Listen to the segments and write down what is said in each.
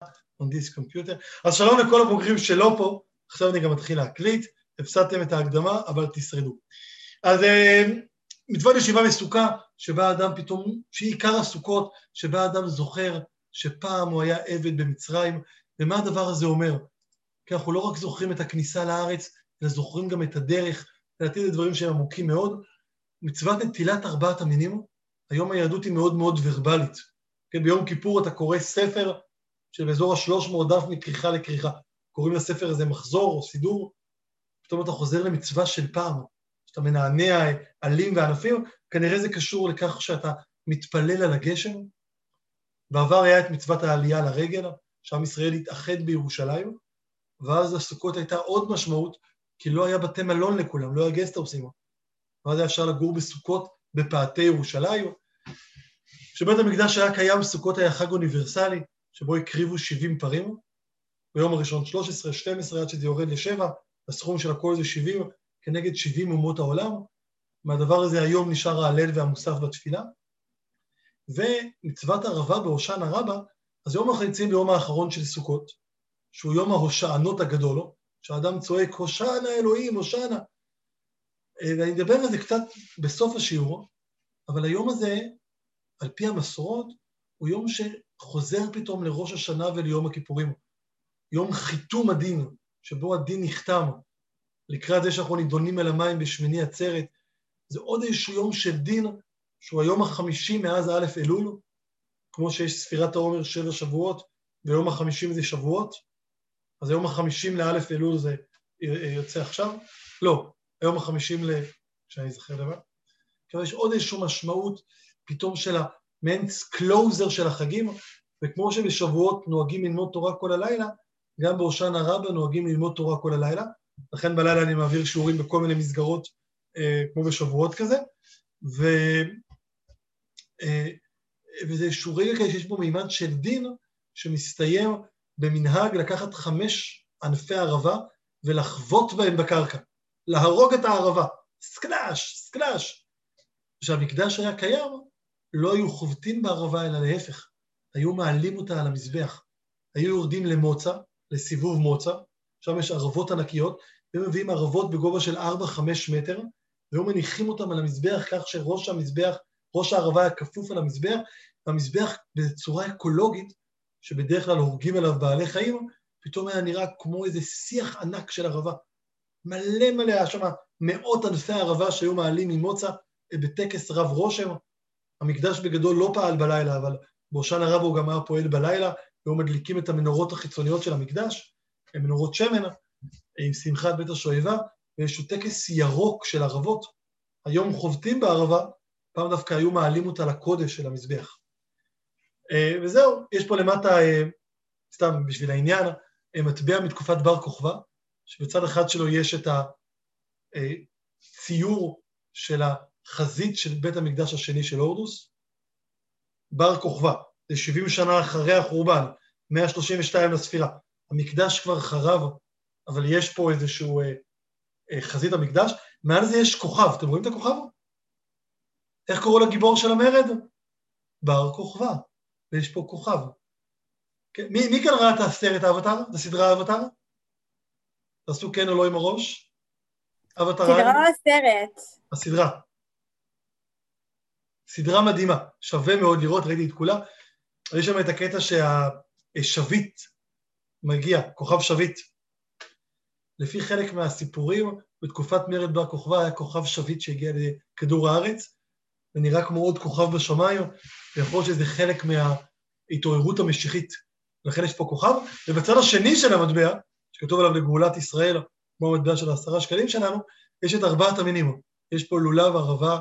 on this computer. אז שלום לכל הבוגרים שלא פה, עכשיו אני גם מתחיל להקליט, הפסדתם את ההקדמה, אבל תשרדו. אז מצוות ישיבה בסוכה, שבה אדם פתאום, שהיא עיקר הסוכות, שבה אדם זוכר שפעם הוא היה עבד במצרים, ומה הדבר הזה אומר? כי אנחנו לא רק זוכרים את הכניסה לארץ, אלא זוכרים גם את הדרך, ולעתיד דברים שהם עמוקים מאוד. מצוות נטילת ארבעת המינים, היום היהדות היא מאוד מאוד ורבלית. כן, ביום כיפור אתה קורא ספר שבאזור 300 דף מכריכה לכריכה. קוראים לספר הזה מחזור או סידור, פתאום אתה חוזר למצווה של פעם, שאתה מנענע עלים וענפים, כנראה זה קשור לכך שאתה מתפלל על הגשם. בעבר היה את מצוות העלייה לרגל, שעם ישראל התאחד בירושלים, ואז הסוכות הייתה עוד משמעות, כי לא היה בתי מלון לכולם, לא היה גסטהאוסים. ואז היה אפשר לגור בסוכות בפאתי ירושלים. כשבית המקדש היה קיים, סוכות היה חג אוניברסלי, שבו הקריבו 70 פרים, ביום הראשון 13, 12, עד שזה יורד ל7, הסכום של הכל זה 70, כנגד 70 אומות העולם. מהדבר הזה היום נשאר ההלל והמוסף בתפילה. ומצוות ערבה בהושענא רבה, אז יום אנחנו נמצאים ביום האחרון של סוכות, שהוא יום ההושענות הגדול, שהאדם צועק, הושענא אלוהים, הושענא. ואני אדבר על זה קצת בסוף השיעור, אבל היום הזה, על פי המסורות, הוא יום שחוזר פתאום לראש השנה וליום הכיפורים. יום חיתום הדין, שבו הדין נחתם, לקראת זה שאנחנו נידונים אל המים בשמיני עצרת. זה עוד איזשהו יום של דין, שהוא היום ה50 מאז א' אלול, כמו שיש ספירת העומר 7 שבועות, ויום ה50 זה שבועות, אז היום ה50 לאלף אלול זה יוצא עכשיו? לא, היום ה50 שאני זוכר דבר. כי יש עוד איזשהו משמעות פתאום של המעין קלוזר של החגים, וכמו שבשבועות נוהגים ללמוד תורה כל הלילה, גם בהושענא רבה נוהגים ללמוד תורה כל הלילה, לכן בלילה אני מעביר שיעורים בכל מיני מסגרות, כמו בשבועות כזה, וזה איזשהו רגע כזה שיש בו מימד של דין, שמסתיים במנהג לקחת 5 ענפי ערבה, ולחבוט בהם בקרקע, להרוג את הערבה, סקלש, סקלש. כשהמקדש היה קיים, לא היו חובטים בערבה, אלא להפך, היו מעלים אותה על המזבח, היו יורדים למוצא, לסיבוב מוצא, שם יש ערבות ענקיות, והם מביאים ערבות בגובה של 4-5 מטר, והיו מניחים אותם על המזבח, כך שראש המזבח, ראש הערבה היה כפוף על המזבח, והמזבח בצורה אקולוגית, שבדרך כלל הורגים עליו בעלי חיים, פתאום היה נראה כמו איזה שיח ענק של ערבה, מלא מלא, היה שם מאות אלפי ערבה שהיו מעלים ממוצא, בטקס רב רושם. המקדש בגדול לא פעל בלילה, אבל בהושענא רבה הוא גם היה פועל בלילה, והיו מדליקים את המנורות החיצוניות של המקדש, מנורות שמן, עם שמחת בית השואבה, ויש טקס ירוק של ערבות. היום חובטים בערבה, פעם דווקא היו מעלים אותה לקודש של המזבח. וזהו, יש פה למטה, סתם בשביל העניין, מטבע מתקופת בר כוכבא, שבצד אחד שלו יש את הציור של החזית של בית המקדש השני של הורדוס, בר כוכבא, זה 70 שנה אחרי החורבן, 132 לספירה. המקדש כבר חרב, אבל יש פה איזשהו חזית המקדש, מעל זה יש כוכב, אתם רואים את הכוכב? איך קראו לגיבור של המרד? בר כוכבא, ויש פה כוכב. מי כאן ראה את הסרט האבטר? את הסדרה האבטר? תעשו כן או לא עם הראש? סדרה או הסרט? הסדרה. סדרה מדהימה, שווה מאוד לראות, ראיתי את כולה. יש שם את הקטע שהשביט מגיע, כוכב שביט. לפי חלק מהסיפורים, בתקופת מרד בר כוכבא היה כוכב שביט שהגיע לכדור הארץ, ונראה כמו עוד כוכב בשמיים, ויכול להיות שזה חלק מההתעוררות המשיחית. לכן יש פה כוכב, ובצד השני של המטבע, שכתוב עליו לגאולת ישראל, כמו המטבע של 10 שקלים שלנו, יש את 4 המינים. יש פה לולב, ערבה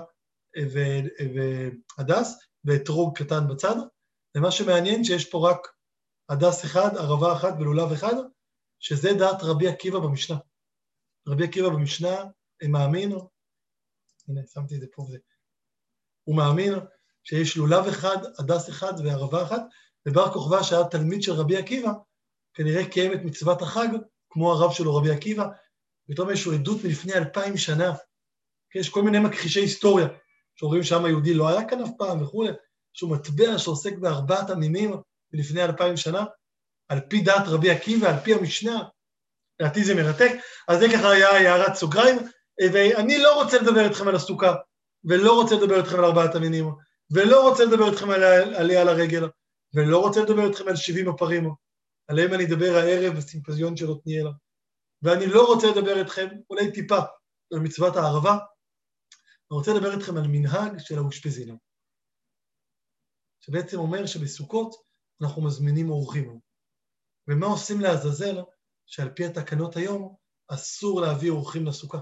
והדס, ואתרוג קטן בצד, ומה שמעניין שיש פה רק הדס אחד, ערבה אחת ולולב אחד, שזה דעת רבי עקיבא במשנה. רבי עקיבא במשנה, הם מאמין, הנה, שמתי את זה פה, הוא מאמין שיש לולב אחד, הדס אחד וערבה אחת, ובר כוכבא שהיה תלמיד של רבי עקיבא, כנראה קיים את מצוות החג, כמו הרב שלו רבי עקיבא, פתאום יש לו עדות מלפני 2000 שנה, יש כל מיני מכחישי היסטוריה, שאומרים שהעם היהודי לא היה כאן אף פעם וכו', שהוא מטבע שעוסק ב4 המינים מלפני 2000 שנה, על פי דעת רבי עקיבא, על פי המשנה, לדעתי זה מרתק, אז זה ככה היה הערת סוגריים, ואני לא רוצה לדבר איתכם על הסוכה, ולא רוצה לדבר איתכם על 4 המינים, ולא רוצה לדבר איתכם על עלייה לרגל, ולא רוצה לדבר איתכם על 70 הפרים, עליהם אני אדבר הערב בסימפוזיון של עתניאל, ואני לא רוצה לדבר איתכם, אולי טיפה, על מצוות הערבה, אני רוצה לדבר איתכם על מנהג של האושפיזין, שבעצם אומר שבסוכות אנחנו מזמינים אורחים, ומה עושים לעזאזל שעל פי התקנות היום אסור להביא אורחים לסוכה.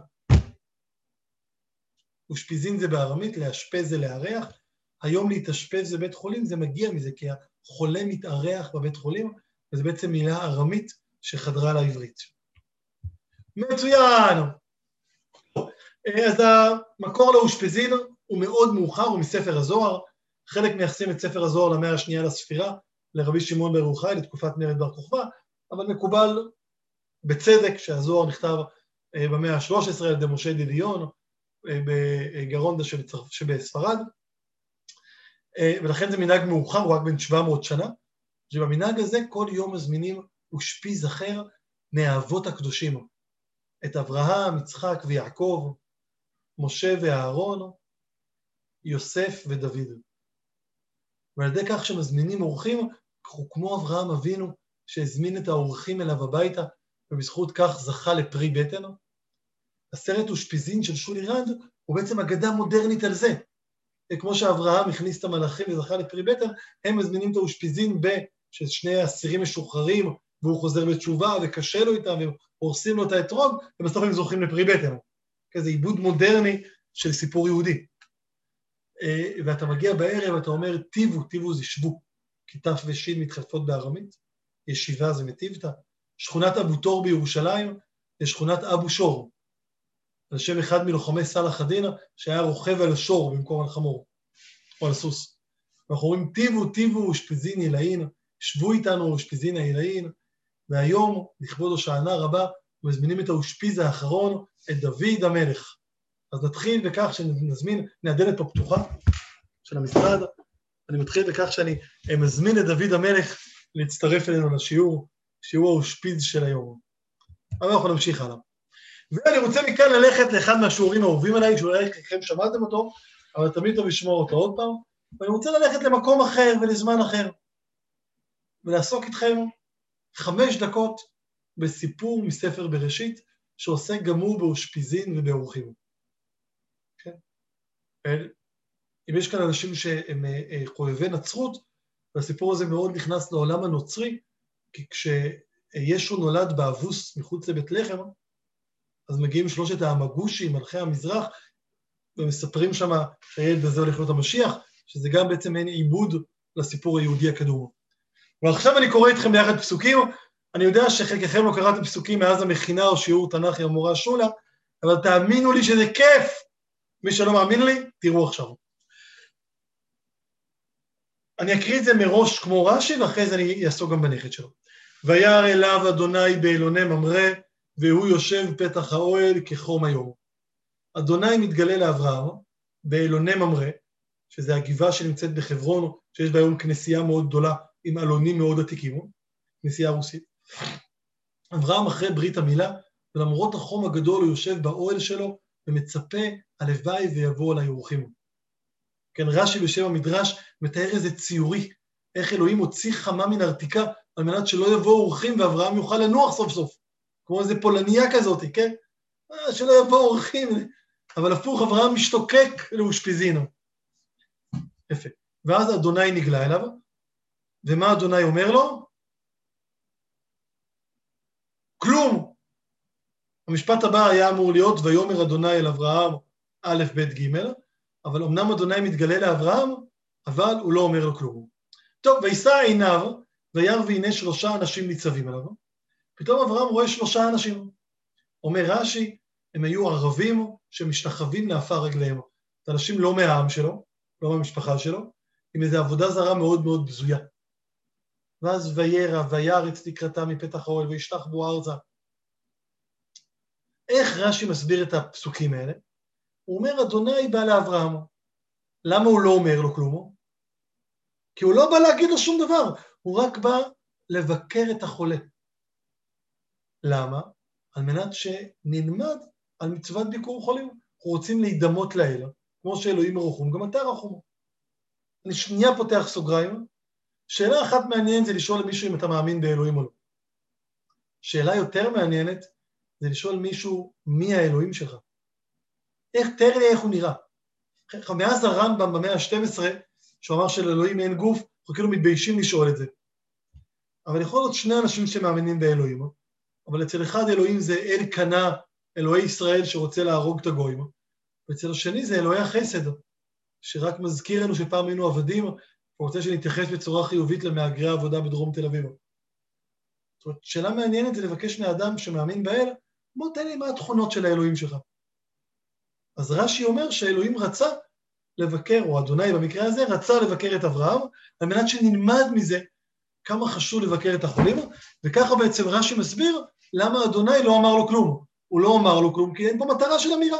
אושפיזין זה בארמית, לאשפז זה לארח, היום להתאשפז זה בית חולים, זה מגיע מזה, כי החולה מתארח בבית חולים, וזה בעצם מילה ארמית שחדרה לעברית. מצוין! אז המקור לאושפיזין הוא מאוד מאוחר, הוא מספר הזוהר, חלק מייחסים את ספר הזוהר למאה השנייה לספירה, לרבי שמעון בר יוחאי, לתקופת מרד בר כוכבא, אבל מקובל בצדק שהזוהר נכתב במאה ה-13 על ידי משה דידיון, בגרונדה שבספרד, ולכן זה מנהג מאוחר, הוא רק בן 700 שנה, שבמנהג הזה כל יום מזמינים אושפיז אחר מהאבות הקדושים, את אברהם, יצחק ויעקב, משה ואהרון, יוסף ודוד. ועל ידי כך שמזמינים אורחים, כמו אברהם אבינו, שהזמין את האורחים אליו הביתה, ובזכות כך זכה לפרי בטן. הסרט אושפיזין של שולי רנד הוא בעצם אגדה מודרנית על זה. כמו שאברהם הכניס את המלאכים וזכה לפרי בטן, הם מזמינים את האושפיזין ששני אסירים משוחררים, והוא חוזר בתשובה וקשה לו איתם, והורסים לו את האתרוג, ובסוף הם זוכים לפרי בטן. כזה עיבוד מודרני של סיפור יהודי. ואתה מגיע בערב, אתה אומר, טיבו זה שבו, כי תף ושין מתחלפות בארמית, ישיבה זה מטיבתא, שכונת אבו תור בירושלים, זה שכונת אבו שור, על שם אחד מלוחמי סלאח א-דין, שהיה רוכב על השור במקום על חמור, או על סוס. ואנחנו אומרים, טיבו, אושפיזין עילאין, שבו איתנו אושפיזין העילאין, והיום, לכבוד הושענא רבה, מזמינים את האושפיז האחרון, את דוד המלך. אז נתחיל בכך שנזמין, הדלת פה פתוחה של המשרד, אני מתחיל בכך שאני מזמין את דוד המלך להצטרף אלינו לשיעור, שיעור האושפיז של היום. אבל אנחנו נמשיך הלאה. ואני רוצה מכאן ללכת לאחד מהשיעורים האהובים עליי, שאולי חלקכם שמעתם אותו, אבל תמיד טוב לשמוע אותו עוד פעם, ואני רוצה ללכת למקום אחר ולזמן אחר, ולעסוק איתכם 5 דקות בסיפור מספר בראשית, שעוסק גם הוא באושפיזין ובאורחים. כן? אם יש כאן אנשים שהם חובבי נצרות, והסיפור הזה מאוד נכנס לעולם הנוצרי, כי כשישו נולד באבוס מחוץ לבית לחם, אז מגיעים 3 המגושים, מלכי המזרח, ומספרים שם שהילד הזה הולך להיות המשיח, שזה גם בעצם אין עיבוד לסיפור היהודי הקדום. ועכשיו אני קורא איתכם ביחד פסוקים, אני יודע שחלקכם לא קראתם פסוקים מאז המכינה או שיעור תנ"ך עם המורה שולה, אבל תאמינו לי שזה כיף. מי שלא מאמין לי, תראו עכשיו. אני אקריא את זה מראש כמו רש"י, ואחרי זה אני אעסוק גם בנכד שלו. וירא אליו אדוני באלוני ממרא, והוא יושב פתח האוהל כחום היום. אדוני מתגלה לאברהם באלוני ממרא, שזה הגבעה שנמצאת בחברון, שיש בה היום כנסייה מאוד גדולה, עם אלונים מאוד עתיקים, כנסייה רוסית. אברהם אחרי ברית המילה, ולמרות החום הגדול הוא יושב באוהל שלו, ומצפה הלוואי ויבוא אליי אורחים. כן, רש"י בשם המדרש מתאר איזה ציורי, איך אלוהים הוציא חמה מן ארתיקה, על מנת שלא יבואו אורחים ואברהם יוכל לנוח סוף סוף, כמו איזה פולניה כזאת, כן? שלא יבואו אורחים, אבל הפוך, אברהם משתוקק לאושפיזין. יפה. ואז אדוני נגלה אליו, ומה אדוני אומר לו? כלום. המשפט הבא היה אמור להיות, ויאמר אדוני אל אברהם, א' ב' ג', אבל אמנם אדוני מתגלה לאברהם, אבל הוא לא אומר לו כלום. טוב, וישא עיניו, וירא והנה 3 אנשים ניצבים עליו. פתאום אברהם רואה 3 אנשים. אומר רש"י, הם היו ערבים שמשתחווים לעפר רגליהם. זה אנשים לא מהעם שלו, לא מהמשפחה שלו, עם איזו עבודה זרה מאוד מאוד בזויה. ואז וירא, וירץ לקראתם מפתח האוהל, וישלח בו ארצה. איך רש"י מסביר את הפסוקים האלה? הוא אומר, אדוני בא לאברהם. למה הוא לא אומר לו כלום? כי הוא לא בא להגיד לו שום דבר, הוא רק בא לבקר את החולה. למה? על מנת שנלמד על מצוות ביקור חולים. אנחנו רוצים להידמות לאל, כמו שאלוהים רחום, גם אתה רחום. אני שנייה פותח סוגריים. שאלה אחת מעניינת זה לשאול למישהו אם אתה מאמין באלוהים או לא. שאלה יותר מעניינת זה לשאול מישהו מי האלוהים שלך. תאר לי איך הוא נראה. מאז הרמב"ם במאה ה-12, שהוא אמר שלאלוהים אין גוף, אנחנו כאילו מתביישים לשאול את זה. אבל יכול להיות שני אנשים שמאמינים באלוהים, אבל אצל אחד אלוהים זה אל קנה, אלוהי ישראל שרוצה להרוג את הגויים, ואצל השני זה אלוהי החסד, שרק מזכיר לנו שפעם היינו עבדים, ורוצה שנתייחס בצורה חיובית למהגרי העבודה בדרום תל אביב. זאת אומרת, שאלה מעניינת זה לבקש מאדם שמאמין באל, בוא תן לי מה התכונות של האלוהים שלך. אז רש"י אומר שהאלוהים רצה לבקר, או אדוני במקרה הזה, רצה לבקר את אברהם, על מנת שנלמד מזה כמה חשוב לבקר את החולים, וככה בעצם רש"י מסביר למה אדוני לא אמר לו כלום. הוא לא אמר לו כלום, כי אין פה מטרה של אמירה.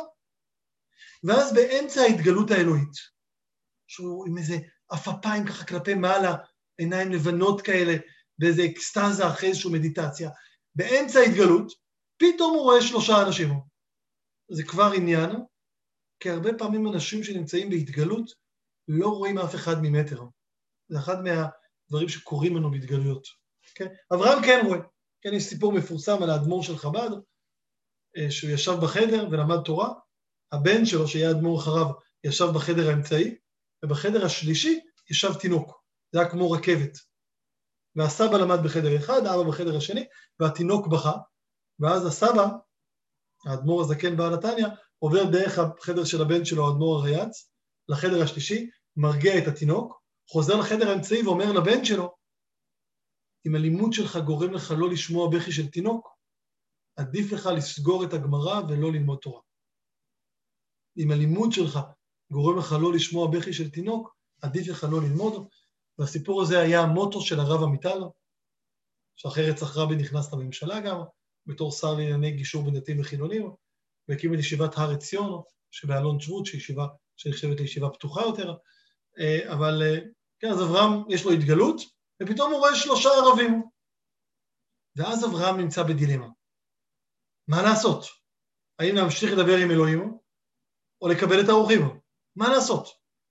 ואז באמצע ההתגלות האלוהית, שהוא עם איזה אפיים ככה כלפי מעלה, עיניים לבנות כאלה, באיזה אקסטזה אחרי איזושהי מדיטציה, באמצע ההתגלות, פתאום הוא רואה 3 אנשים. זה כבר עניין, כי הרבה פעמים אנשים שנמצאים בהתגלות, לא רואים אף אחד ממטר. זה אחד מהדברים שקורים לנו בהתגלויות. Okay? אברהם כן רואה. כן, יש סיפור מפורסם על האדמו"ר של חב"ד, שהוא ישב בחדר ולמד תורה, הבן שלו, שהיה אדמו"ר אחריו, ישב בחדר האמצעי, ובחדר השלישי ישב תינוק. זה היה כמו רכבת. והסבא למד בחדר אחד, האבא בחדר השני, והתינוק בכה, ואז הסבא, האדמו"ר הזקן בעל התניא, עובר דרך החדר של הבן שלו, האדמו"ר הרייץ, לחדר השלישי, מרגיע את התינוק, חוזר לחדר האמצעי ואומר לבן שלו, אם הלימוד שלך גורם לך לא לשמוע בכי של תינוק, עדיף לך לסגור את הגמרא ולא ללמוד תורה. אם הלימוד שלך גורם לך לא לשמוע בכי של תינוק, עדיף לך לא ללמוד. והסיפור הזה היה המוטו של הרב עמיטל, שאחרי רצח רבין נכנס לממשלה גם, בתור שר לענייני גישור בין דתיים וחילונים, והקים את ישיבת הר עציון, שבאלון שבות, שנחשבת לישיבה פתוחה יותר. אבל כן, אז אברהם יש לו התגלות, ופתאום הוא רואה 3 ערבים. ואז אברהם נמצא בדילמה. מה לעשות? האם להמשיך לדבר עם אלוהים, או לקבל את האורחים? מה לעשות?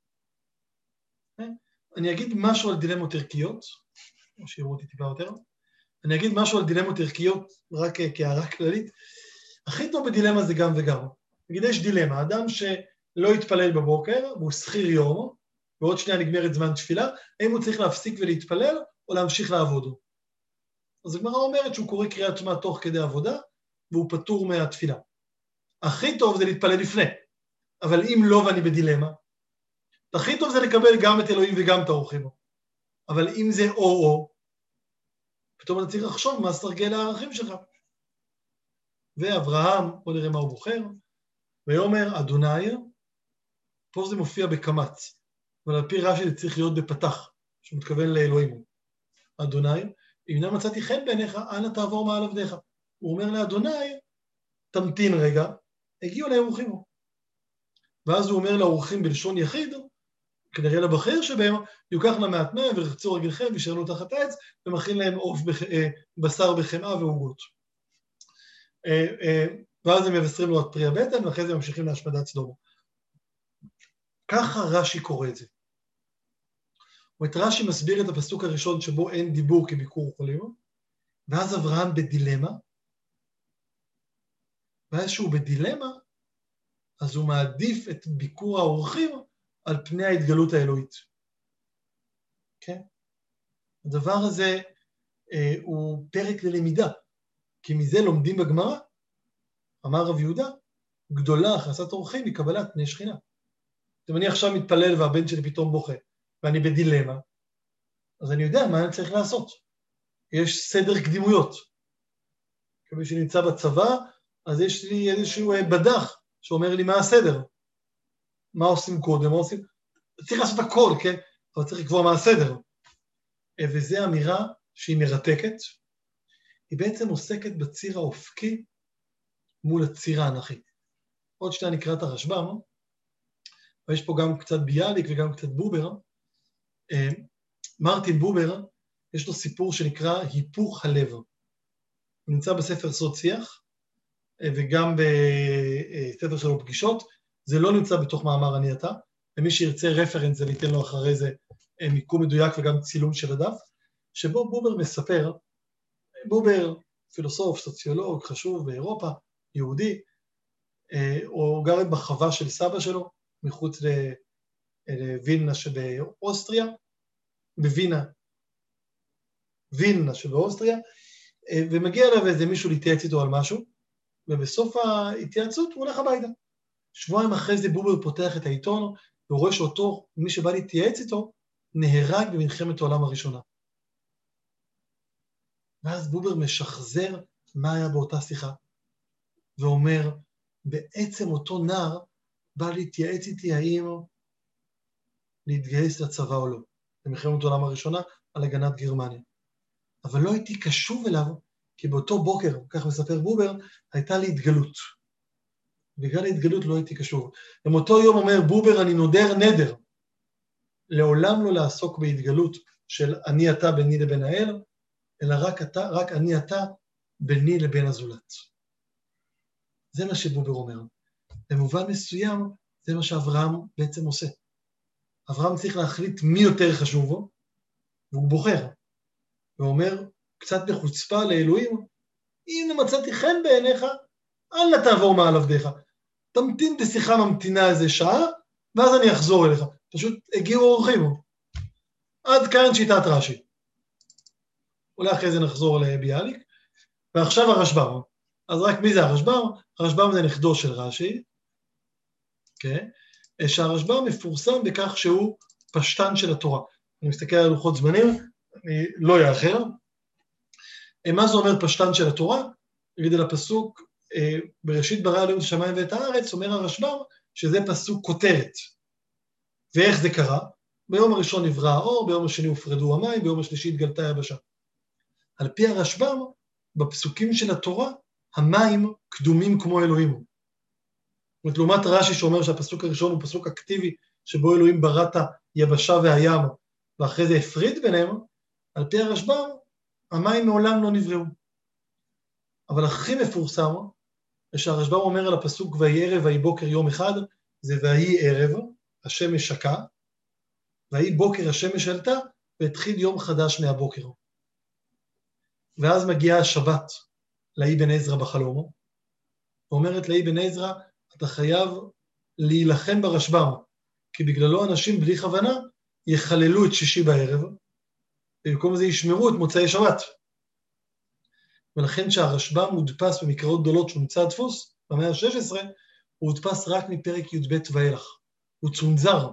אני אגיד משהו על דילמות ערכיות, או שיראו אותי טיפה יותר. אני אגיד משהו על דילמות ערכיות, רק כהערה כללית. הכי טוב בדילמה זה גם וגם. נגיד, יש דילמה, אדם שלא יתפלל בבוקר, והוא שכיר יום, ועוד שנייה נגמרת זמן תפילה, האם הוא צריך להפסיק ולהתפלל, או להמשיך לעבוד? אז הגמרא אומרת שהוא קורא קריאת שמע תוך כדי עבודה, והוא פטור מהתפילה. הכי טוב זה להתפלל לפני, אבל אם לא ואני בדילמה, הכי טוב זה לקבל גם את אלוהים וגם את האורחים. אבל אם זה או, פתאום אני צריך לחשוב מה סרגל הערכים שלך. ואברהם, בוא נראה מה הוא בוחר, ויאמר אדוני, פה זה מופיע בקמץ, אבל על פי רש"י זה צריך להיות בפתח, שמתכוון לאלוהים. אדוני, אם לא מצאתי חן בעיניך, אנא תעבור מעל עבדיך. הוא אומר לאדוני, תמתין רגע, הגיעו לאורחים. ואז הוא אומר לאורחים בלשון יחיד, כנראה לבחיר שבהם, יוקח לה מעט מים ורחצו רגלכם וישרנו תחת העץ, ומכין להם בשר בחמאה ועוגות. ואז הם מבשרים לו את פרי הבטן, ואחרי זה ממשיכים להשמדת סדום. ככה רש"י קורא את זה. ואת רש"י מסביר את הפסוק הראשון שבו אין דיבור כביקור חולים, ואז אברהם בדילמה, ואז שהוא בדילמה, אז הוא מעדיף את ביקור האורחים על פני ההתגלות האלוהית. כן? הדבר הזה הוא פרק ללמידה, כי מזה לומדים בגמרא, אמר רב יהודה, גדולה הכנסת אורחים היא קבלת פני שכינה. אם אני עכשיו מתפלל והבן שלי פתאום בוכה, ואני בדילמה, אז אני יודע מה אני צריך לעשות. יש סדר קדימויות. כמי שנמצא בצבא, אז יש לי איזשהו בדח שאומר לי מה הסדר. מה עושים קודם, מה עושים... צריך לעשות הכל, כן? אבל צריך לקבוע מה הסדר. וזו אמירה שהיא מרתקת. היא בעצם עוסקת בציר האופקי מול הציר האנכי. עוד שנייה נקרא את הרשב"ם, ויש פה גם קצת ביאליק וגם קצת בובר. מרטין בובר יש לו סיפור שנקרא היפוך הלב. הוא נמצא בספר סוד שיח, וגם בספר שלו פגישות, זה לא נמצא בתוך מאמר אני אתה, ומי שירצה רפרנס אני אתן לו אחרי זה מיקום מדויק וגם צילום של הדף, שבו בובר מספר, בובר פילוסוף, סוציולוג, חשוב באירופה, יהודי, הוא גר בחווה של סבא שלו, מחוץ לווילנה שבאוסטריה, וילנה שבאוסטריה, ומגיע אליו איזה מישהו להתייעץ איתו על משהו, ובסוף ההתייעצות הוא הולך הביתה. שבועיים אחרי זה בובר פותח את העיתון, והוא רואה שאותו, מי שבא להתייעץ איתו, נהרג במלחמת העולם הראשונה. ואז בובר משחזר מה היה באותה שיחה, ואומר, בעצם אותו נער בא להתייעץ איתי האם להתגייס לצבא או לא, במלחמת העולם הראשונה על הגנת גרמניה. אבל לא הייתי קשוב אליו, כי באותו בוקר, כך מספר בובר, הייתה לי התגלות. בגלל ההתגלות לא הייתי קשוב. ומאותו יום אומר בובר, אני נודר נדר, לעולם לא לעסוק בהתגלות של אני אתה ביני לבין האל, אלא רק אני אתה ביני לבין הזולת. זה מה שבובר אומר. במובן מסוים, זה מה שאברהם בעצם עושה. אברהם צריך להחליט מי יותר חשוב בו, והוא בוחר. הוא אומר, קצת בחוצפה לאלוהים, אם מצאתי חן בעיניך, אל נא תעבור מעל עבדיך. תמתין בשיחה ממתינה איזה שעה, ואז אני אחזור אליך. פשוט הגיעו אורחים. עד כאן שיטת רש"י. אולי אחרי זה נחזור לביאליק. ועכשיו הרשב"ם. אז רק מי זה הרשב"ם? הרשב"ם זה נכדו של רש"י. Okay. שהרשב"ם מפורסם בכך שהוא פשטן של התורה. אני מסתכל על לוחות זמנים, אני לא יאחר. מה זה אומר פשטן של התורה? נגיד על הפסוק, בראשית ברא אלוהים את השמיים ואת הארץ, אומר הרשב"ם שזה פסוק כותרת. ואיך זה קרה? ביום הראשון נברא האור, ביום השני הופרדו המים, ביום השלישי התגלתה היבשה. על פי הרשב"ם, בפסוקים של התורה, המים קדומים כמו אלוהים. לעומת רש"י שאומר שהפסוק הראשון הוא פסוק אקטיבי, שבו אלוהים ברא את היבשה והים, ואחרי זה הפריד ביניהם, על פי הרשב"ם, המים מעולם לא נבראו. אבל הכי מפורסם, שהרשב"ם אומר על הפסוק ויהי ערב ויהי בוקר יום אחד, זה ויהי ערב, השמש שקעה, ויהי בוקר השמש עלתה, והתחיל יום חדש מהבוקר. ואז מגיעה השבת לאבן עזרא בחלום, ואומרת לאבן עזרא, אתה חייב להילחם ברשב"ם, כי בגללו אנשים בלי כוונה יחללו את שישי בערב, ובמקום זה ישמרו את מוצאי שבת. ולכן שהרשב"ם מודפס במקראות גדולות שהוא נמצא הדפוס, במאה ה-16, הוא הודפס רק מפרק י"ב ואילך. הוא צונזר.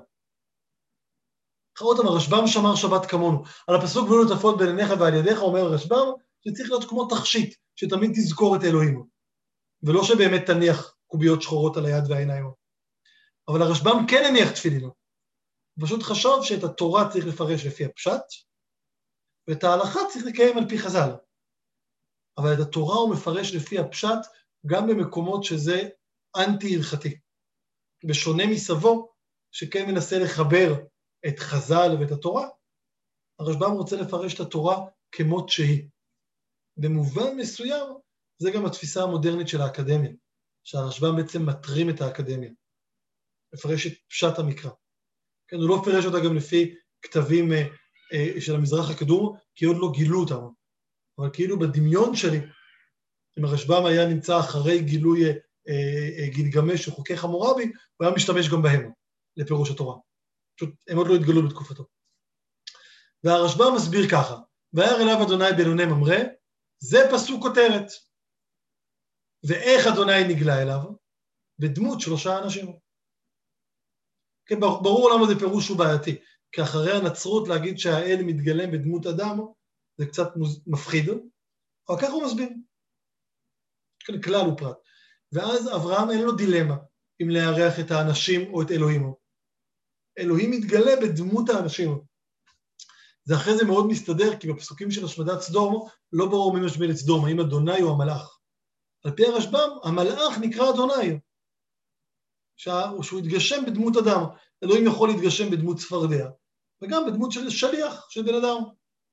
עוד הרשב"ם שמר שבת כמונו. על הפסוק ולא תפות בין עיניך ועל ידיך, אומר הרשב"ם, שצריך להיות כמו תכשיט, שתמיד תזכור את אלוהים. ולא שבאמת תניח קוביות שחורות על היד והעיניים. אבל הרשב"ם כן הניח תפילין. הוא פשוט חשב שאת התורה צריך לפרש לפי הפשט, ואת ההלכה צריך לקיים על פי חז"ל. אבל את התורה הוא מפרש לפי הפשט, גם במקומות שזה אנטי-הלכתי. בשונה מסבו, שכן מנסה לחבר את חז"ל ואת התורה, הרשב"ם רוצה לפרש את התורה כמות שהיא. במובן מסוים, זה גם התפיסה המודרנית של האקדמיה, שהרשב"ם בעצם מטרים את האקדמיה, מפרש את פשט המקרא. כן, הוא לא מפרש אותה גם לפי כתבים של המזרח הקדום, כי עוד לא גילו אותם. אבל כאילו בדמיון שלי, אם הרשב"ם היה נמצא אחרי גילוי גילגמש וחוקי חמורבי, הוא היה משתמש גם בהם, לפירוש התורה. פשוט הם עוד לא התגלו בתקופתו. והרשב"ם מסביר ככה, וירא אליו אדוני באלוני ממרא, זה פסוק כותרת. ואיך אדוני נגלה אליו? בדמות 3 אנשים. כן, ברור למה זה פירוש הוא בעייתי, כי אחרי הנצרות להגיד שהאל מתגלם בדמות אדם, זה קצת מפחיד, אבל ככה הוא מסביר. כן, כלל ופרט. ואז אברהם אין לו דילמה אם לארח את האנשים או את אלוהים. אלוהים מתגלה בדמות האנשים. זה אחרי זה מאוד מסתדר, כי בפסוקים של השמדת סדום, לא ברור מי משמיד את סדום, האם אדוני או המלאך. על פי הרשב"ם, המלאך נקרא אדוני, שהוא יתגשם בדמות אדם. אלוהים יכול להתגשם בדמות צפרדע, וגם בדמות של שליח, של בן אדם.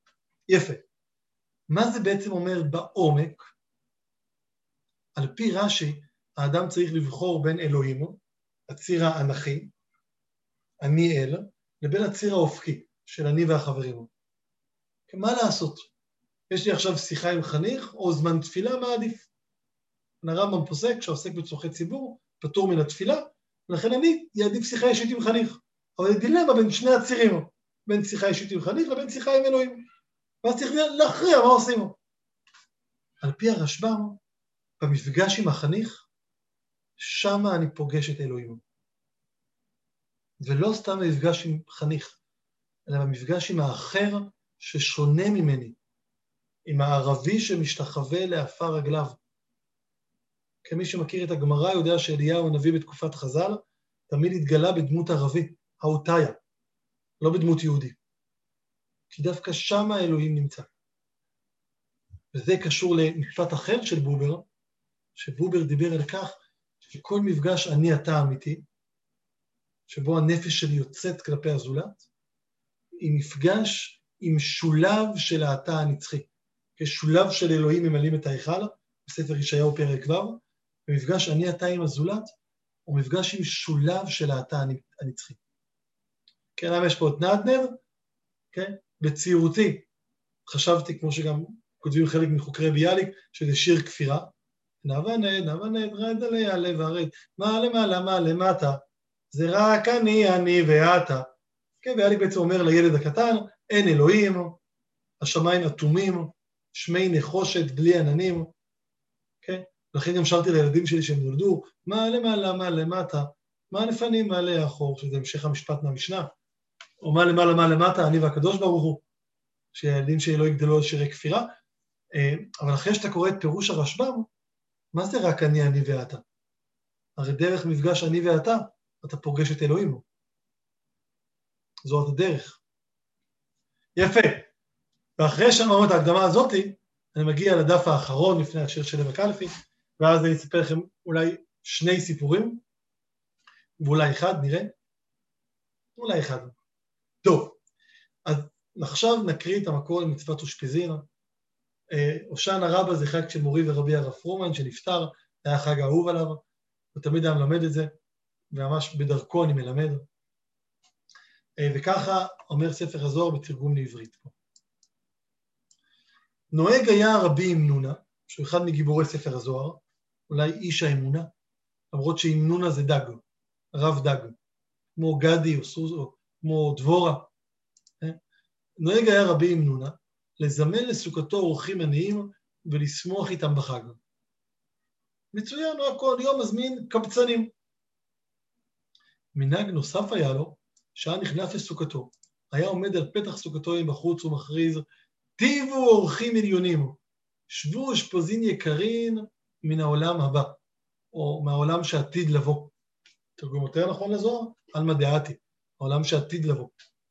יפה. מה זה בעצם אומר בעומק? על פי רש"י, האדם צריך לבחור בין אלוהים, הציר האנכי, אני אל, לבין הציר האופקי, של אני והחברים. מה לעשות? יש לי עכשיו שיחה עם חניך, או זמן תפילה, מה עדיף? הרמב"ם פוסק, שעוסק בצורכי ציבור, פטור מן התפילה, ולכן אני אעדיף שיחה אישית עם חניך. אבל זה דילמה בין שני הצירים, בין שיחה אישית עם חניך לבין שיחה עם אלוהים. ואז צריך להכריע מה עושים. על פי הרשב"ם, במפגש עם החניך, שמה אני פוגש את אלוהים. ולא סתם במפגש עם חניך, אלא במפגש עם האחר ששונה ממני, עם הערבי שמשתחווה לעפר רגליו. כמי שמכיר את הגמרא יודע שאליהו הנביא בתקופת חז"ל, תמיד התגלה בדמות ערבי, האותיה, לא בדמות יהודי. כי דווקא שם האלוהים נמצא. וזה קשור למשפט אחר של בובר, שבובר דיבר על כך שכל מפגש אני אתה אמיתי, שבו הנפש שלי יוצאת כלפי הזולת, היא מפגש עם שולב של האתה הנצחי. כשולב של אלוהים ממלאים את ההיכל, בספר ישעיהו פרק ו', ומפגש אני אתה עם הזולת, הוא מפגש עם שולב של האתה הנצחי. כן, למה יש פה את נדנר? כן, בצעירותי, חשבתי, כמו שגם כותבים חלק מחוקרי ביאליק, שזה שיר כפירה, נאווה נד, רד עלי עלה ורד, מה למעלה, מה למטה, זה רק אני ואתה. כן, ביאליק בעצם אומר לילד הקטן, אין אלוהים, השמיים אטומים, שמי נחושת בלי עננים, כן? לכן גם שרתי לילדים שלי שהם נולדו, מה למעלה, מה למטה, מה לפנים, מה לאחור, שזה המשך המשפט מהמשנה, או מה למעלה, מה למטה, אני והקדוש ברוך הוא, שהילדים שלי לא יגדלו על שירי כפירה, אבל אחרי שאתה קורא את פירוש הרשב"ם, מה זה רק אני ואתה? הרי דרך מפגש אני ואתה, אתה פוגש את אלוהים. זאת הדרך. יפה. ואחרי שאמרנו את ההקדמה הזאת, אני מגיע לדף האחרון לפני השיר של לב הקלפי, ואז אני אספר לכם אולי שני סיפורים, ואולי אחד, נראה. אולי אחד. טוב, אז עכשיו נקריא את המקור למצוות אושפיזין. הושענא רבה זה חג של מורי ורבי הרב פרומן, שנפטר, היה חג האהוב עליו, הוא תמיד היה מלמד את זה, וממש בדרכו אני מלמד. וככה אומר ספר הזוהר בתרגום לעברית פה. נוהג היה רבי אמנונה, שהוא אחד מגיבורי ספר הזוהר, אולי איש האמונה, למרות שאמנונה זה דג, רב דג, כמו גדי או סוזו, כמו דבורה. נוהג היה רבי אמנונה, לזמן לסוכתו אורחים עניים ולשמוח איתם בחג. מצוין, הוא כל יום מזמין קבצנים. מנהג נוסף היה לו, שהיה נכנס לסוכתו, היה עומד על פתח סוכתו בחוץ ומכריז, טיבו אורחים עליונים, שבו אשפוזין יקרין מן העולם הבא, או מהעולם שעתיד לבוא. תרגום יותר נכון לזוהר? עלמא דעתי, העולם שעתיד לבוא.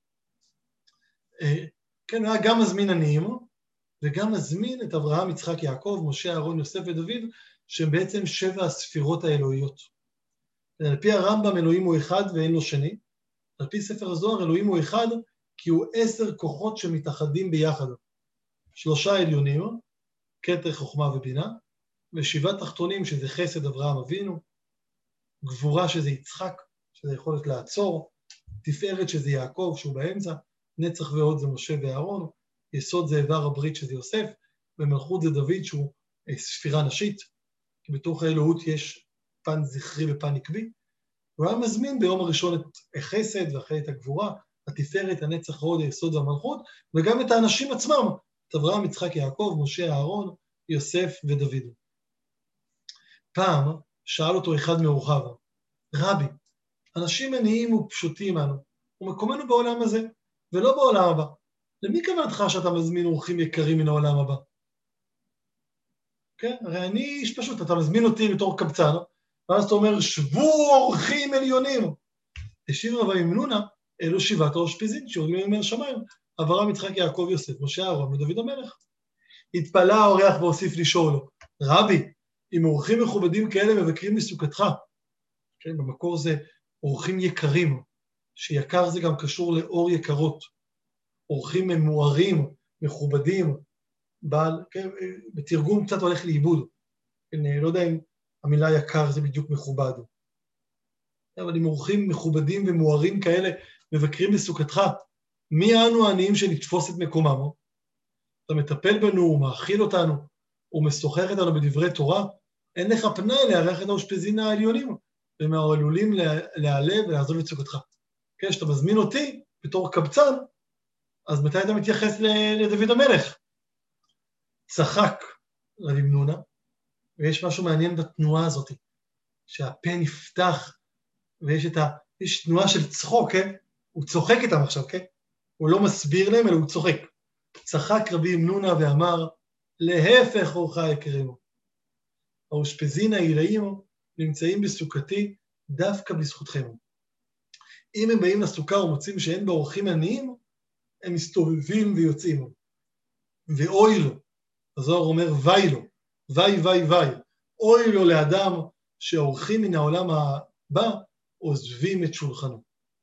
כן, הוא היה גם מזמין עניים, וגם מזמין את אברהם, יצחק, יעקב, משה, אהרון, יוסף ודוד, שהם בעצם 7 הספירות האלוהיות. על פי הרמב"ם אלוהים הוא אחד ואין לו שני, על פי ספר הזוהר אלוהים הוא אחד, כי הוא 10 כוחות שמתאחדים ביחד. 3 עליונים, כתר, חוכמה ובינה, ו7 תחתונים שזה חסד אברהם אבינו, גבורה שזה יצחק, שזה יכולת לעצור, תפארת שזה יעקב שהוא באמצע, נצח ועוד זה משה ואהרון, יסוד זה איבר הברית שזה יוסף, ומלכות זה דוד שהוא ספירה נשית, כי בתוך האלוהות יש פן זכרי ופן עקבי, הוא היה מזמין ביום הראשון את החסד ואחרי את הגבורה, התפארת, הנצח ועוד, היסוד והמלכות, וגם את האנשים עצמם, את אברהם, יצחק, יעקב, משה, אהרון, יוסף ודוד. פעם שאל אותו אחד מאורחיו, רבי, אנשים עניים ופשוטים אנו, ומקומנו בעולם הזה, ולא בעולם הבא. למי כוונתך שאתה מזמין אורחים יקרים מן העולם הבא? כן, הרי אני איש פשוט, אתה מזמין אותי בתור קבצן, ואז אתה אומר, שבו אורחים עליונים. השיב רבי אמנונה, אלו 7 האושפיזין, שיורדים מהשמיים, אברהם, יצחק, יעקב, יוסף, משה, אהרון ודוד המלך. התפלא האורח והוסיף לשאול לו, רבי, אם אורחים מכובדים כאלה מבקרים מסוכתך, כן, במקור זה אורחים יקרים, שיקר זה גם קשור לאור יקרות, אורחים ממוארים, מכובדים, כן, בתרגום קצת הולך לאיבוד. אני לא יודע אם המילה יקר זה בדיוק מכובד. אבל אם אורחים מכובדים ומוארים כאלה מבקרים בסוכתך, מי אנו העניים שנתפוס את מקומם? אתה מטפל בנו, הוא מאכיל אותנו, הוא משוחח איתנו בדברי תורה, אין לך פנאי לארח את האושפזין העליונים, והם עלולים להיעלב ולעזוב את סוכתך. כן, כשאתה מזמין אותי בתור קבצן, אז מתי אתה מתייחס לדוד המלך? צחק רבי מנונה, ויש משהו מעניין בתנועה הזאת, שהפה נפתח, ויש תנועה של צחוק, כן? הוא צוחק איתם עכשיו, כן? הוא לא מסביר להם, אלא הוא צוחק. צחק רבי מנונה ואמר, להפך אורחי יקרימו. האושפזין העילאים נמצאים בסוכתי דווקא בזכותכם. אם הם באים לסוכה ומוצאים שאין בה אורחים עניים, הם מסתובבים ויוצאים. ואוי לו, הזוהר אומר וי לו, וי, אוי לו לאדם שהאורחים מן העולם הבא עוזבים את שולחנו.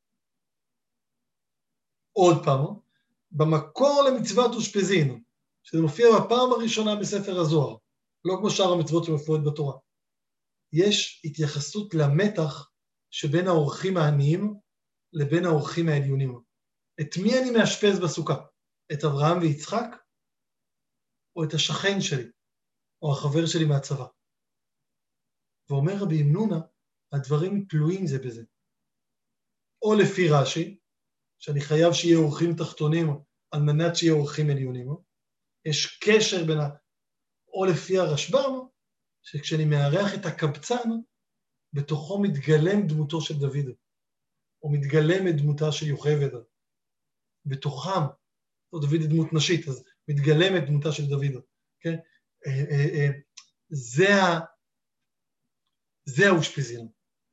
עוד פעם, במקור למצוות אושפזין, שזה מופיע בפעם הראשונה בספר הזוהר, לא כמו שאר המצוות שמופיעות בתורה, יש התייחסות למתח שבין האורחים העניים לבין האורחים העליונים. את מי אני מאשפז בסוכה? את אברהם ויצחק? או את השכן שלי? או החבר שלי מהצבא? ואומר רבי מנונה, הדברים תלויים זה בזה. או לפי רש"י, שאני חייב שיהיה אורחים תחתונים על מנת שיהיה אורחים עליונים, יש קשר בין או לפי הרשב"ם, שכשאני מארח את הקבצן, בתוכו מתגלם דמותו של דוד, או מתגלם את דמותה של יוכבד. בתוכם, או דוד היא דמות נשית, אז מתגלם את דמותה של דוד. כן? זה האושפזין.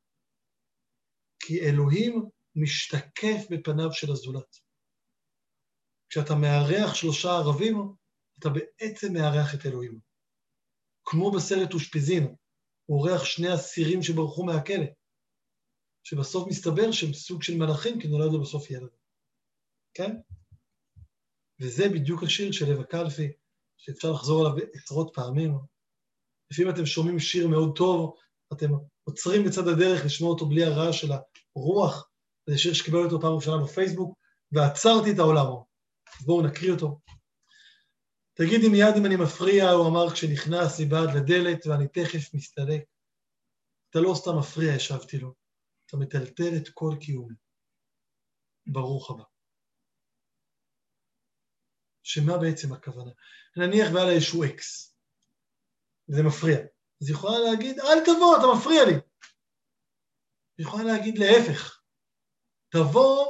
כי אלוהים משתקף בפניו של הזולת. כשאתה מארח 3 ערבים, אתה בעצם מארח את אלוהים. כמו בסרט אושפזין, הוא אורח 2 אסירים שברחו מהכלא, שבסוף מסתבר שהם סוג של מלאכים, כי נולד לו בסוף ילד. כן? וזה בדיוק השיר של לב הקלפי, שאפשר לחזור עליו עשרות פעמים. לפעמים אתם שומעים שיר מאוד טוב, אתם עוצרים בצד הדרך לשמוע אותו בלי הרעש של הרוח, זה שיר שקיבל אותו פעם ראשונה בפייסבוק, ועצרתי את העולם. אז בואו נקריא אותו. תגידי מיד אם אני מפריע, הוא אמר כשנכנס מבעד לדלת, ואני תכף מסתלק. אתה לא סתם מפריע, ישבתי לו. אתה מטלטל את כל קיומי. ברוך הבא. שמה בעצם הכוונה? נניח ועל איזשהו אקס, וזה מפריע. אז היא יכולה להגיד, אל תבוא, אתה מפריע לי. היא יכולה להגיד להפך. תבוא,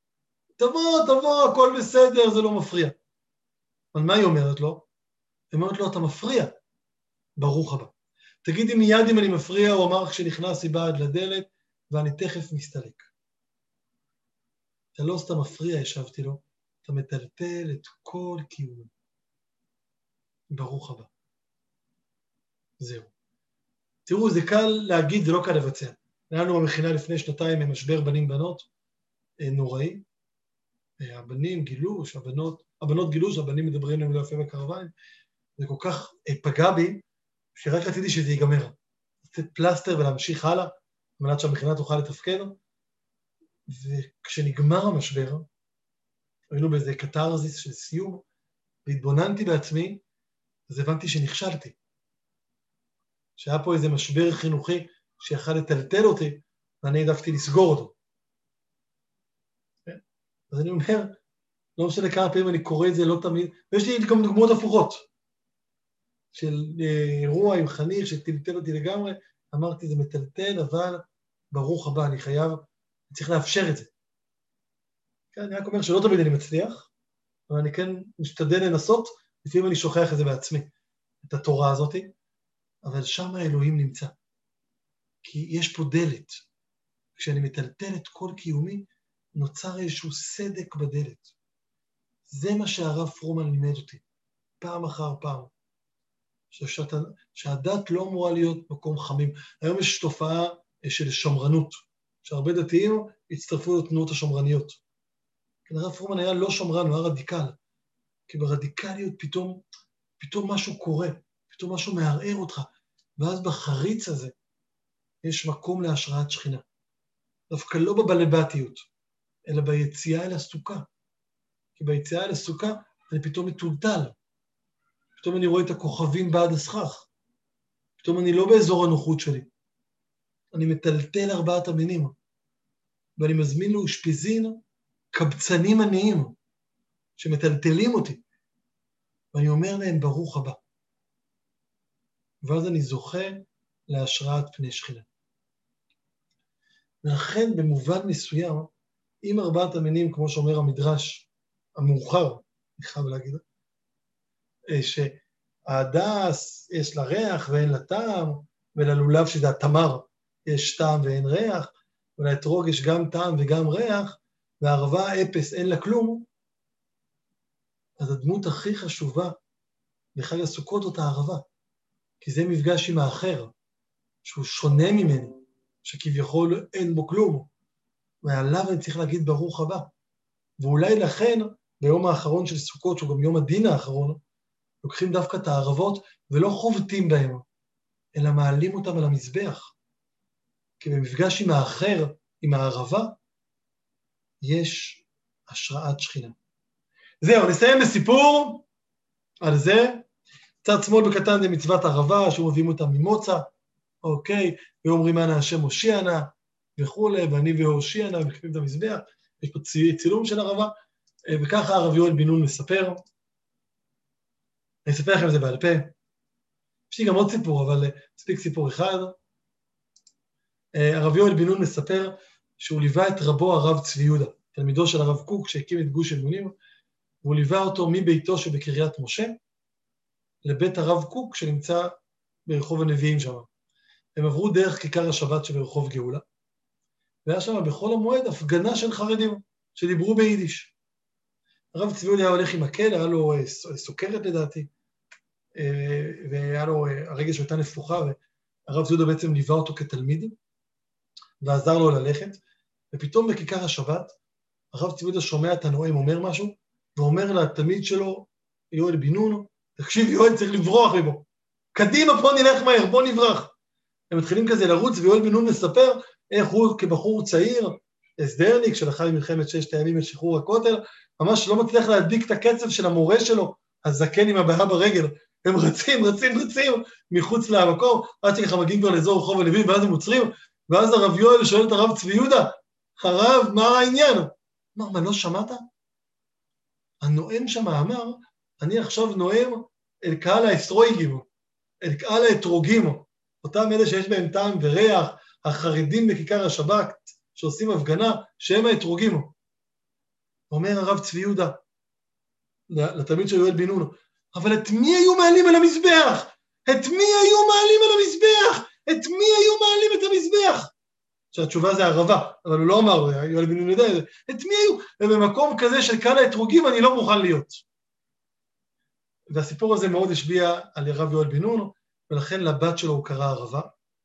הכל בסדר, זה לא מפריע. אבל מה היא אומרת לו? היא אומרת לו, אתה מפריע. ברוך הבא. תגידי מיד אם אני מפריע, הוא אמר כשנכנס מבעד לדלת, ואני תכף מסתלק. אתה לא סתם מפריע, ישבתי לו, אתה מטלטל את כל קיום. ברוך הבא. זהו. תראו, זה קל להגיד, זה לא קל לבצע. היה לנו במכינה לפני 2 משבר בנים-בנות, נוראי. הבנים גילו, הבנות גילו שהבנים מדברים להם לא יפה בקרביים, זה כל כך פגע בי, שרק רציתי שזה ייגמר. לתת פלסטר ולהמשיך הלאה, על מנת שהמכינה תוכל לתפקד, וכשנגמר המשבר, היינו באיזה קטרזיס של סיום, והתבוננתי בעצמי, אז הבנתי שנכשלתי. שהיה פה איזה משבר חינוכי שיכל לטלטל אותי, ואני העדפתי לסגור אותו. אז אני אומר, לא משנה כמה פעמים אני קורא את זה, לא תמיד, ויש לי גם דוגמאות הפוכות, של אירוע עם חניך שטלטל אותי לגמרי, אמרתי זה מטלטל, אבל ברוך הבא, אני צריך לאפשר את זה. כן, אני רק אומר שלא תמיד אני מצליח, אבל אני כן משתדל לנסות, לפעמים אני שוכח את זה בעצמי, את התורה הזאת, אבל שם האלוהים נמצא. כי יש פה דלת. כשאני מטלטל את כל קיומי, נוצר איזשהו סדק בדלת. זה מה שהרב פרומן לימד אותי, פעם אחר פעם. שהדת לא אמורה להיות מקום חמים. היום יש תופעה של שמרנות, שהרבה דתיים הצטרפו לתנועות השמרניות. הרב פרומן היה לא שמרן, הוא היה רדיקל. כי ברדיקליות פתאום משהו קורה, פתאום משהו מערער אותך, ואז בחריץ הזה יש מקום להשראת שכינה. דווקא לא בבלבטיות, אלא ביציאה אל הסוכה. כי ביציאה אל הסוכה אני פתאום מטולטל. פתאום אני רואה את הכוכבים בעד הסכך. פתאום אני לא באזור הנוחות שלי. אני מטלטל 4 המינים. ואני מזמין לאושפיזין קבצנים עניים שמטלטלים אותי. ואני אומר להם ברוך הבא. ואז אני זוכה להשראת פני שכינה. ולכן במובן מסוים, אם 4 המינים, כמו שאומר המדרש המאוחר, אני חייב להגיד, שההדס יש לה ריח ואין לה טעם, וללולב שזה התמר יש טעם ואין ריח, ולאתרוג יש גם טעם וגם ריח, והערבה אפס אין לה כלום, אז הדמות הכי חשובה בחג הסוכות זאת הערבה, כי זה מפגש עם האחר, שהוא שונה ממני, שכביכול אין בו כלום, ועליו אני צריך להגיד ברוך הבא. ואולי לכן, ביום האחרון של סוכות, שהוא גם יום הדין האחרון, לוקחים דווקא את הערבות ולא חובטים בהם, אלא מעלים אותם על המזבח. כי במפגש עם האחר, עם הערבה, יש השראת שכינה. זהו, נסיים בסיפור על זה. צד שמאל בקטן זה מצוות ערבה, שמביאים אותם ממוצא, אוקיי, ואומרים אנא השם הושיע נא, וכו', ואני והושיע נא, ומקפים את המזבח, יש פה צילום של ערבה, וככה הרב יואל בן נון מספר. אני אספר לכם את זה בעל פה. יש לי גם עוד סיפור, אבל מספיק סיפור אחד. הרב יואל בן נון מספר שהוא ליווה את רבו הרב צבי יהודה, תלמידו של הרב קוק שהקים את גוש אמונים, והוא ליווה אותו מביתו שבקריית משה, לבית הרב קוק שנמצא ברחוב הנביאים שם. הם עברו דרך כיכר השבת שברחוב גאולה, והיה שם בכל המועד הפגנה של חרדים שדיברו ביידיש. הרב צבי יהודה היה הולך עם מקל, היה לו סוכרת לדעתי, והיה לו הרגל שהייתה נפוחה, והרב צבי יהודה בעצם ליווה אותו כתלמיד, ועזר לו ללכת, ופתאום בכיכר השבת, הרב צבי יהודה שומע את הנואם אומר משהו, ואומר לתלמיד שלו, יואל בן נון, תקשיב יואל צריך לברוח מבו, קדימה בוא נלך מהר, בוא נברח. הם מתחילים כזה לרוץ, ויואל בן נון מספר איך הוא כבחור צעיר, הסדרניק שלחם במלחמת 6 הימים את שחרור הכותל, ממש לא מצליח להדביק את הקצב של המורה שלו, הזקן עם הבעה ברגל, הם רצים מחוץ למקום, עד שככה מגיעים כבר לאזור רחוב הנביאים, ואז הם עוצרים, ואז הרב יואל שואל את הרב צבי יהודה, הרב, מה העניין? אמר, מה לא שמעת? הנואם שם אמר, אני עכשיו נואם אל קהל האסטרואיגים, אל קהל האתרוגים, אותם אלה שיש בהם טעם וריח, החרדים בכיכר השבת, שעושים הפגנה, שהם האתרוגים. אומר הרב צבי יהודה, לתלמיד של יואל בן נון, אבל את מי היו מעלים על המזבח? את מי היו מעלים על המזבח? את מי היו מעלים את המזבח? שהתשובה זה ערבה, אבל הוא לא אמר, יואל בן נון יודע את זה, את מי היו? ובמקום כזה של קהל האתרוגים אני לא מוכן להיות. והסיפור הזה מאוד השביע על הרב יואל בן נון, ולכן לבת שלו הוא קרא ערבה.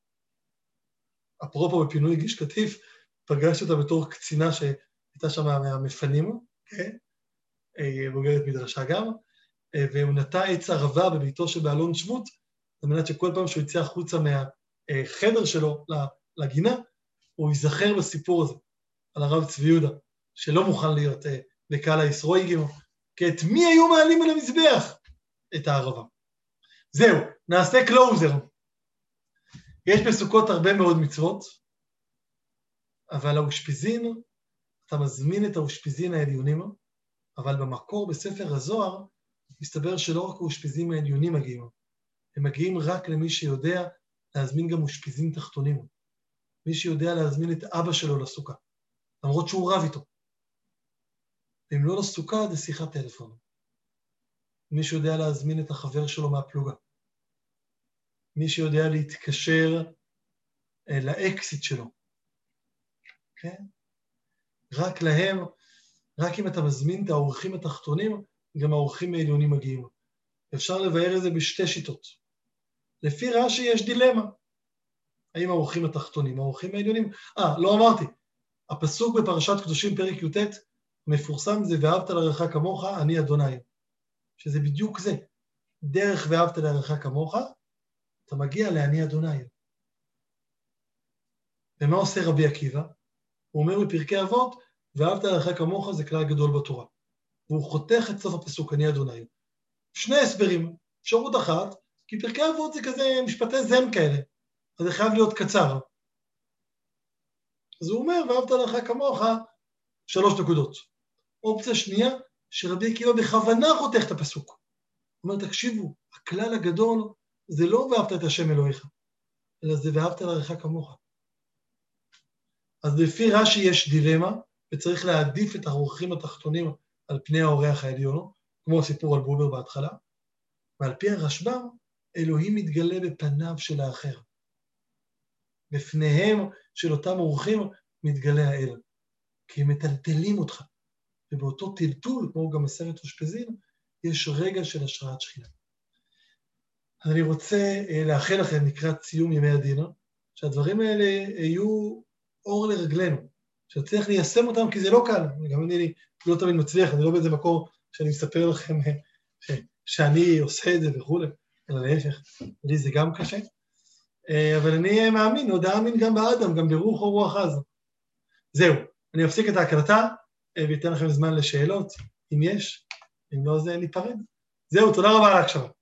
אפרופו בפינוי גיש קטיף, פגש אותה בתור קצינה שהייתה שם מהמפנים, בוגרת מדרשה גם, והוא נטע עץ ערבה בביתו שבאלון שבות, על מנת שכל פעם שהוא יצא החוצה מהחדר שלו לגינה, הוא ייזכר בסיפור הזה, על הרב צבי יהודה, שלא מוכן להיות בקהל האסטרואיגים, כי את מי היו מעלים על המזבח? את הערבה. זהו, נעשה קלוזר. יש בסוכות הרבה מאוד מצוות, אבל האושפיזין, אתה מזמין את האושפיזין העליונים, אבל במקור בספר הזוהר, מסתבר שלא רק האושפיזין העליונים מגיעים, הם מגיעים רק למי שיודע להזמין גם אושפיזין תחתונים, מי שיודע להזמין את אבא שלו לסוכה, למרות שהוא רב איתו. ואם לא לסוכה, זה שיחת טלפון. מי שיודע להזמין את החבר שלו מהפלוגה. מי שיודע להתקשר לאקסיט שלו. כן? רק להם, רק אם אתה מזמין את האורחים התחתונים, גם האורחים העליונים מגיעים. אפשר לבאר את זה בשתי שיטות. לפי רש"י יש דילמה. האם האורחים התחתונים, האורחים העליונים? לא אמרתי. הפסוק בפרשת קדושים פרק י"ט, מפורסם זה ואהבת לרעך כמוך, אני אדוני. שזה בדיוק זה. דרך ואהבת לרעך כמוך, אתה מגיע לעני אדוני. ומה עושה רבי עקיבא? הוא אומר בפרקי אבות, ואהבת לרעך כמוך זה כלל גדול בתורה. והוא חותך את סוף הפסוק, אני אדוני. שני הסברים, אפשרות אחת, כי פרקי אבות זה כזה משפטי זם כאלה, אז זה חייב להיות קצר. אז הוא אומר, ואהבת לרעך כמוך, 3 נקודות. אופציה שנייה, שרבי עקיבא בכוונה חותך את הפסוק. הוא אומר, תקשיבו, הכלל הגדול זה לא ואהבת את השם אלוהיך, אלא זה ואהבת לרעך כמוך. אז לפי רש"י יש דילמה, וצריך להעדיף את האורחים התחתונים על פני האורח העליון, כמו הסיפור על בובר בהתחלה, ועל פי הרשב"ם, אלוהים מתגלה בפניו של האחר. בפניהם של אותם אורחים מתגלה האל, כי הם מטלטלים אותך, ובאותו טלטול, כמו גם בסרט אושפזין, יש רגע של השראת שכינה. אז אני רוצה לאחל לכם לקראת סיום ימי הדין, שהדברים האלה יהיו אור לרגלינו, שצריך ליישם אותם, כי זה לא קל, גם אני לא תמיד מצליח, אני לא באיזה מקור שאני מספר לכם שאני עושה את זה וכו', אלא להפך, לי זה גם קשה, אבל אני מאמין, עוד אאמין גם באדם, גם ברוח או רוח עז. זהו, אני אפסיק את ההקלטה, ואתן לכם זמן לשאלות, אם יש, אם לא זה ניפרד. זהו, תודה רבה על ההקשבה.